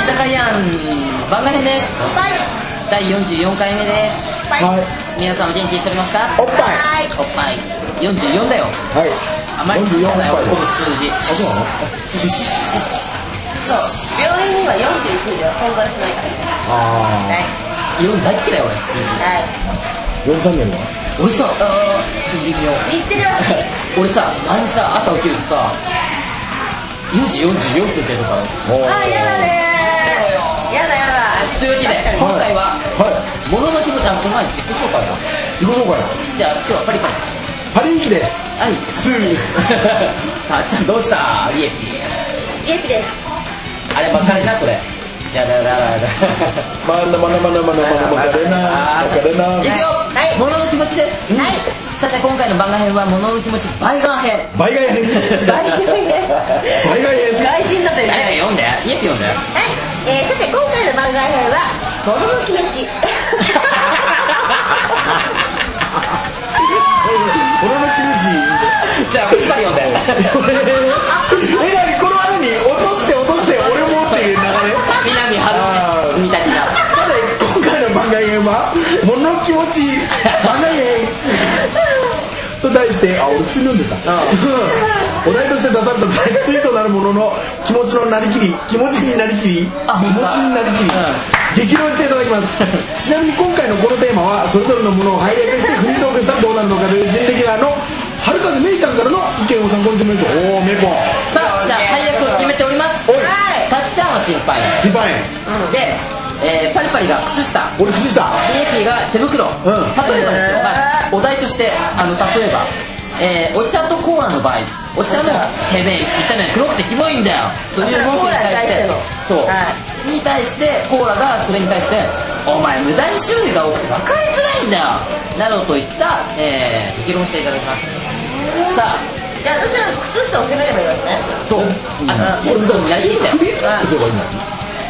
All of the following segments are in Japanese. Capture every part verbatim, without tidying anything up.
酒屋番外編です。 はい。 だいよんじゅうよんかいめです。 はい。 皆さんお元気にしておりますか？ おっぱい。 おっぱい。よんじゅうよんだよ。 はい。 あまり好きじゃない俺この数字。 あ、そうなの？ そう。病院にはよんっていう数字は存在しないから。 あはい。 よん大っ嫌い俺数字。 はい。 あ。よんチャンネルは？ 俺さ、微妙。 日テレは好き。 俺さ、前にさ、朝起きるとさ、よじよんじゅうよんぷんってとか。 あ、やだねー。やだやだ。 というわけで、今回は、 はい。 ものの気持ち、あ、その前に自己紹介だ。 自己紹介。 じゃあ、今日はパリパリ。 パリンキです。 はい、 普通に。 たっちゃんどうしたリエピゲピです。 あればっかりな、それ。じゃだだだだ。 まだまだまだまだまだまだな。まだな。 いくよ。 はい。 ものの気持ちです。 はい。 さて今回の番外編はものの気持ち倍眼編。 倍外編。 大人ね。 倍外編。 外人だったよね。 誰か読んでイエピ読んで。 はい。えー、さて今回の番外編はものの気持ち。 俺の気持ち。 じゃあパリパリ読んで。 え、なにこれは何？落として落として俺もっていう流れ？ 南春みたいな。 さて今回の番外編はものの気持ち番外編と題して、あ、俺普通に読んでた。お題として出されたツイートなるものの気持ちのなりきり、気持ちになりきり、 あ気持ちになりきり、激論していただきます。ちなみに今回のこのテーマはそれぞれのものを配列してフリートークしたらどうなるのかという準レギュラーの春風めいちゃんからの意見を参考にしてみましょう。おー、めいぽん。 さあ、じゃあ配役を決めております。 おい、 たっちゃんは心配。 心配。 で、えー、パリパリが靴下。 俺靴下。 イエピーが手袋。 うん例えばですよ、はい、お題としてあの例えば、えー、お茶とコーラの場合、お茶の手弁、見た目黒くてキモいんだよという文句に対して、そう、 はに対してコーラがそれに対してお前無駄に種類が多くて分かりづらいんだよなどといった、えー、議論していただきます。さあ、 じゃあ私は靴下を攻めればいいわけね。 そう、あの手袋になりきってフリートークすればいいんだよ。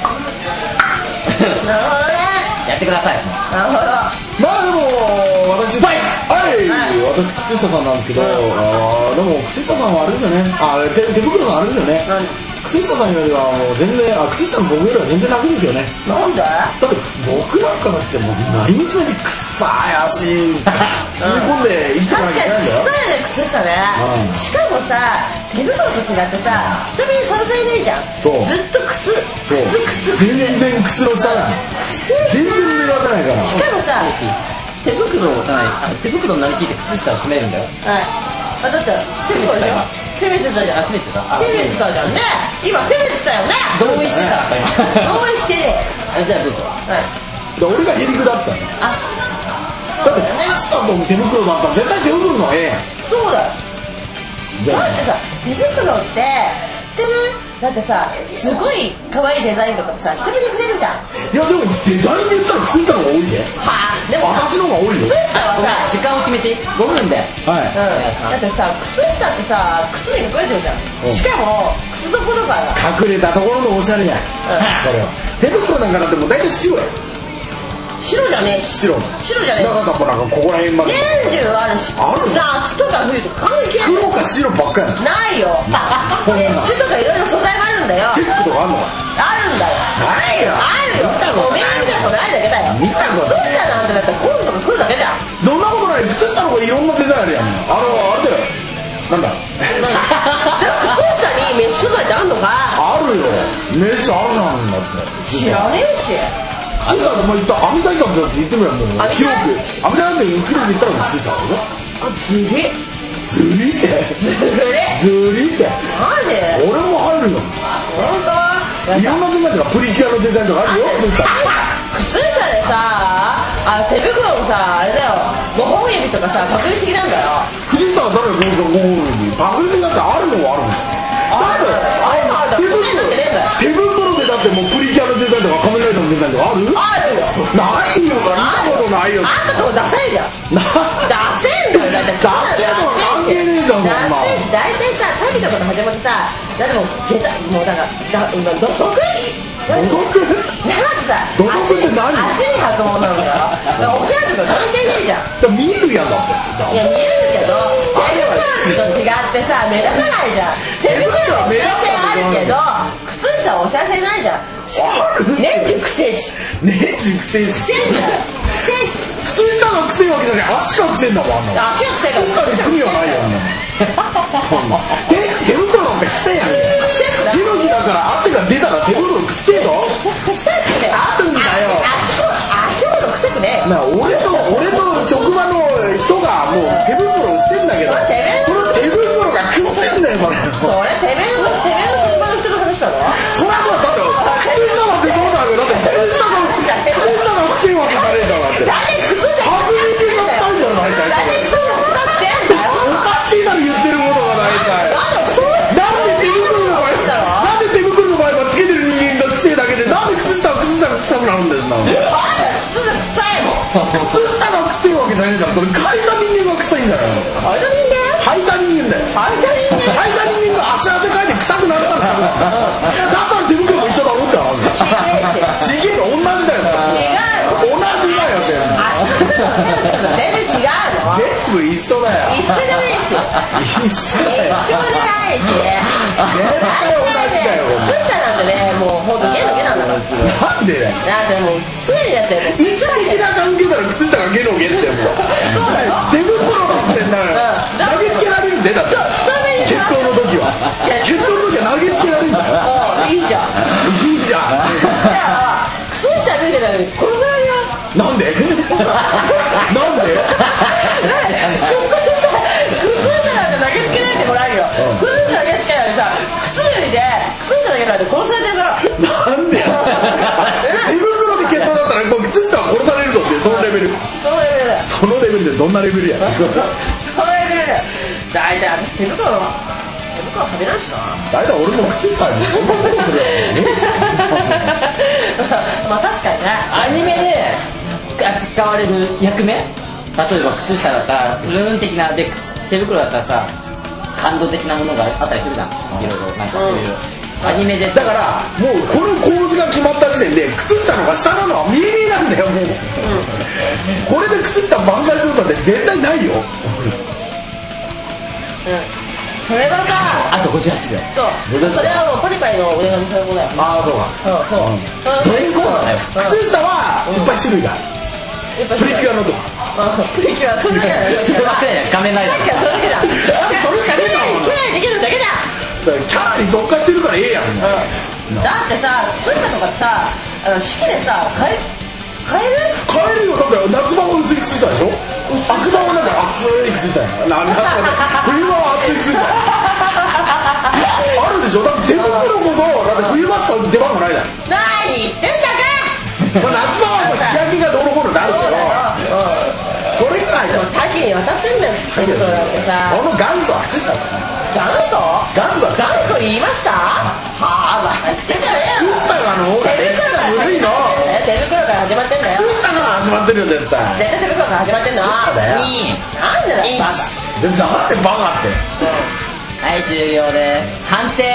なるほどね。 やってください。 なるほど。 まあでも私はい、はい、私靴下さんなんですけど、あでも靴下さんはあれですよね。あ手手袋さんあれですよね。靴下さんよりはもう全然、あ靴下の僕よりは全然楽ですよね。 なんで？ だって僕なんかだってもう毎日毎日臭い足詰め込んで生きてかなきゃいけないんだよ。 確かに臭いね靴下ね、 うん、 しかもさ手袋と違ってさ人目にさらされないじゃん。 そうずっと靴そう靴靴全然靴の下だ。全然目立たないから。 しかもさ手袋じゃない、あ手袋になりきって靴下を締めるんだよ。 はい。あ、だって手袋でしょ。攻めてたじゃん。 あ、締めてた。 攻めてたじゃんね。今攻めてたよね。 同意してた。 同意してね。 あ、じゃあどうぞ。 はい。 で俺がヘリクだってたの。 あ、 だって靴下と手袋だったら絶対手袋の方がええやん。 そうだよ。だってさ手袋って知ってる？だってさすごい可愛いデザインとかさ人目に触れるじゃん。 いやでもデザインで言ったら靴下の方が多いで。 はあ。でも私の方が多いよ。 靴下はさ時間を決めてごふんで。 はい。 うん、だってさ靴下ってさ靴に隠れてるじゃん。しかも靴底とか隠れたところのおしゃれやん。これは手袋なんかだってもう大体白や。 白じゃねえし。 白。 白じゃねえし。 長さもなんかここら辺まで。 年中あるし。 あるの？ 夏とか冬とか関係ない。 黒か白ばっかやん。 ないよ。種とかいろいろ素材もあるんだよ。 チェックとかあんのか？ あるんだよ。 ないよ。 あるよ。おめえ見たことないだけだよ。 見たことない。 靴下なんてだったらコーンとか来るだけじゃん。 どんなことない。靴下の方がいろんなデザインあるやん。あのあれだよ。なんだ。 靴下にメッシュ素材ってあんのか？ あるよ。メッシュあるなんだって。 知らねえし。 靴下でも言ったら網大さんだって言ってみればもう網広く大網大さんで広く言ったら靴下だろ。 あ、ずり。 ずりで。 ずり。 ずりで。 マジ？ 俺も入るよ。 本当？ いろんなデザインとかプリキュアのデザインとかあるよ。靴下。 靴下でさ、あ手袋もさ、あれだよ、ごほん指とかさ、パクリすぎなんだよ。 靴下は誰がごほん指パクリだってあるのはあるんだよ。 あるあるのあるんだよ。 手袋でだってもうプリキュアのデザインとか仮面ライダーのデザインとかある？ あるよ。 ないよ。見たことないよ。 あんたとこ出せんじゃん。出せんだよ。だって出せんの関係ねえじゃんそんな。 出せんし、大体さ、旅とかの始まってさ、だってもう下駄もうだからだ今土足？ 土足？ なんかさ、 土足って何？ 足に履くものなんだよ。おしゃれとか関係ねえじゃん。 だ見えるやんだって。 いや見えるけど、手袋ってと違ってさ目立たないじゃん。手袋はおしゃせあるけど靴下はおしゃせないじゃん。年中くせえし年中くせえしくせえんだよ。くせえし靴下がくせえわけじゃない、足がくせえんだもん。あんなの足がくせえから靴下に罪はないよ。あんなの手, 手袋なんてくせえやん。手のひらから汗が出たら手袋くせえぞ。 くせえってあるんだよ。 足ほどくせくねえよ。 な俺と俺の職場の人がもう手袋をしてんだけど、その手袋がくせえんだよ。それそれてめえのてめえの職場の人の話だろ。 そりゃそうだ。だって靴下なんてそうだけど、だって靴下が靴下がくせえわけじゃねえんだからって。 誰靴下確実に臭いんだろ大体。 誰靴下くせえんだよ。 おかしいだろ言ってることが大体。 なんでそうなんで手袋の場合なんで手袋の場合はつけてる人間がくせえだけで、なんで靴下は靴下が臭くなるんだよ。な靴下臭いもん。 靴下が臭いわけじゃねえんだから、それ嗅いだ人間が臭いんだよ。 履いた人間履いた人間だよ。 履いた人間履いた人間が足汗かいて臭くなるからだから手袋も一緒だろって話。ちげえよ、同じだよ。 違う同じだよ全部。 全然違うの。 全部一緒だよ。 一緒じゃねえし一緒だよ。 一緒じゃないし絶対同じだよ。 靴下なんてねもうほんとゲのゲなんだから。 なんでだよ。 だってもう常にだっていつ的な関係なら靴下がゲのゲってもう手袋なんてんだから投げつけられるんで。だって決闘の時は決闘の時は投げつけられるんだよ。 いいじゃんいいじゃん。 じゃあ靴下脱いでたら殺されるよ。 なんでなんで靴下なんて投げつけないでもらうよ。靴下投げつけないでさ靴脱いで靴下だけなんて殺されてるから。 なんで手袋で決闘だったらもう靴下は殺されるぞっていうそのレベル。 そのレベルだよ。 そのレベルでどんなレベルや。 そのレベルだよ。大体私手袋手袋はめないしな。 大体俺も靴下にそんなことするわけねえし。 まあ確かにね。 アニメで使われる役目、例えば靴下だったら部分的なで手袋だったらさ感動的なものがあったりするじゃん。いろいろなんかそういう、うん、アニメでだからもうこの構図が決まった時点で靴下の方が下なのは見え見えなんだよもう、うん、これで靴下挽回するなんて絶対ないよ。 うん、それはさあとごじゅうはちびょう。 そうそれはもうパリパリの俺が見せることだよ。 ああそうか。 そうそうドレスコードだよ。靴下はいっぱい種類がある。プリキュアのとかプリキュアそれだけだよ。 それだけだよ。仮面ライダーさっきはそれだけだ。 それしかねえキャラにできるだけだ。 キャラに特化してるからええやん。 だってさ靴下とかってさあの四季でさ買え買える買えるよ。だって夏場は薄い靴下でしょ。秋場はなんか厚い靴下やな。なんだ冬場は厚い靴下あるでしょ。だって手袋こそだって冬場しか出番がないじゃん。 何言ってんだか。 まあ、夏場は日焼けがどうのこうのなるけどそれくらいじゃん。 多岐にわたってんだよ手袋だってさ。 この元祖は靴下だから。 元祖元祖は元祖言いましたはあ言ってたね。 靴下がの方がね古いの。 手袋から始まってんだよ。 靴下から始まってるよ絶対。 絶対手袋から始まってんの。 になんでだよバカ。 全然あってバカって。 はい終了です。判定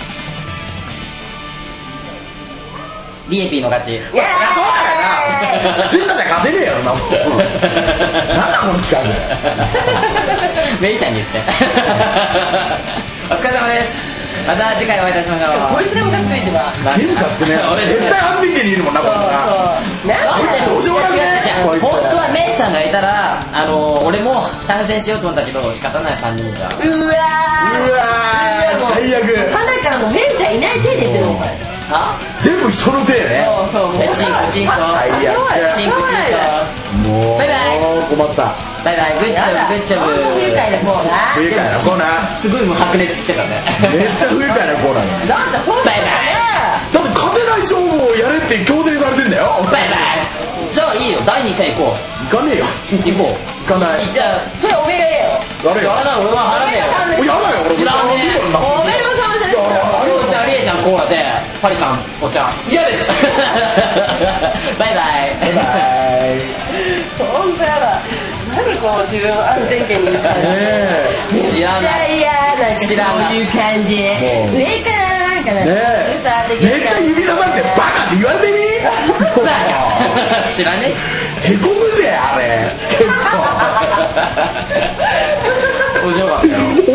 リエピーの勝ち。 いやそうだよな。靴下じゃ勝てねえよなもん。なんだこの企画。 メイちゃんに言ってお疲れ様です。また次回お会いいたしましょう。 こいつがムカつくいてばゲームかつくね。絶対安全圏にいるもんなこれな。 どうしようもないね。本当はメイちゃんがいたらあの俺も参戦しようと思ったけど仕方ないさんにんじゃ。 うわうわ最悪。 花からもうメイちゃんいない手で言ってるのお前。 全部人のせいね。 そうそうチンコチンコチンコチンコ。もうバイバイ。困った。 バイバイグッジョブグッジョブ。 不愉快なコーナー。 不愉快なコーナー。 すごいもう白熱してたね。 めっちゃ不愉快なコーナー。 だってそうだよね。 だって勝てない勝負をやれって強制されてんだよ。 バイバイ。じゃあいいよだいに戦行こう。行かねえよ。 行こう。 行かない。 じゃあそれおめえが言えよ。 やれよ。 やらない俺は払ねえよ。 やだよ俺。 知らねえ。 おめえが参戦ですよ。 お茶リエちゃんコーラでパリさんお茶嫌ですバイバイバイバイ。 本当やだ。何こう自分安全圏にいる感じ。 知らないいやなんかそういう感じ。上からなんかね。 めっちゃ指さされてバカって言われてみ。 知らねえし。 へこむぜあれ。結構。 面白かったよ。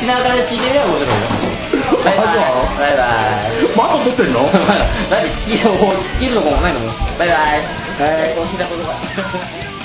ながら聞いてみれば面白いよ。バイバイバイバイ。 まあ、あと撮ってんの？ だって切る切るとこもないのも。バイバイ。 こう聞いたことが